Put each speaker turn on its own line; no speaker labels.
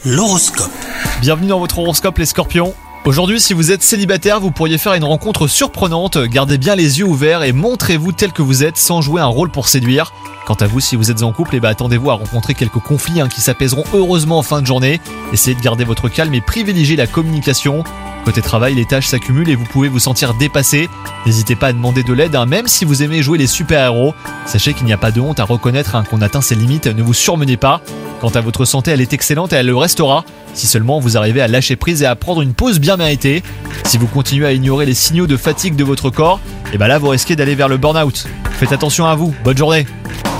L'horoscope.
Bienvenue dans votre horoscope les scorpions. Aujourd'hui, si vous êtes célibataire, vous pourriez faire une rencontre surprenante. Gardez bien les yeux ouverts et montrez-vous tel que vous êtes sans jouer un rôle pour séduire. Quant à vous, si vous êtes en couple, attendez-vous à rencontrer quelques conflits qui s'apaiseront heureusement en fin de journée. Essayez de garder votre calme et privilégiez la communication. Côté travail, les tâches s'accumulent et vous pouvez vous sentir dépassé. N'hésitez pas à demander de l'aide, même si vous aimez jouer les super-héros. Sachez qu'il n'y a pas de honte à reconnaître qu'on atteint ses limites, ne vous surmenez pas. Quant à votre santé, elle est excellente et elle le restera, si seulement vous arrivez à lâcher prise et à prendre une pause bien méritée. Si vous continuez à ignorer les signaux de fatigue de votre corps, là vous risquez d'aller vers le burn-out. Faites attention à vous, bonne journée.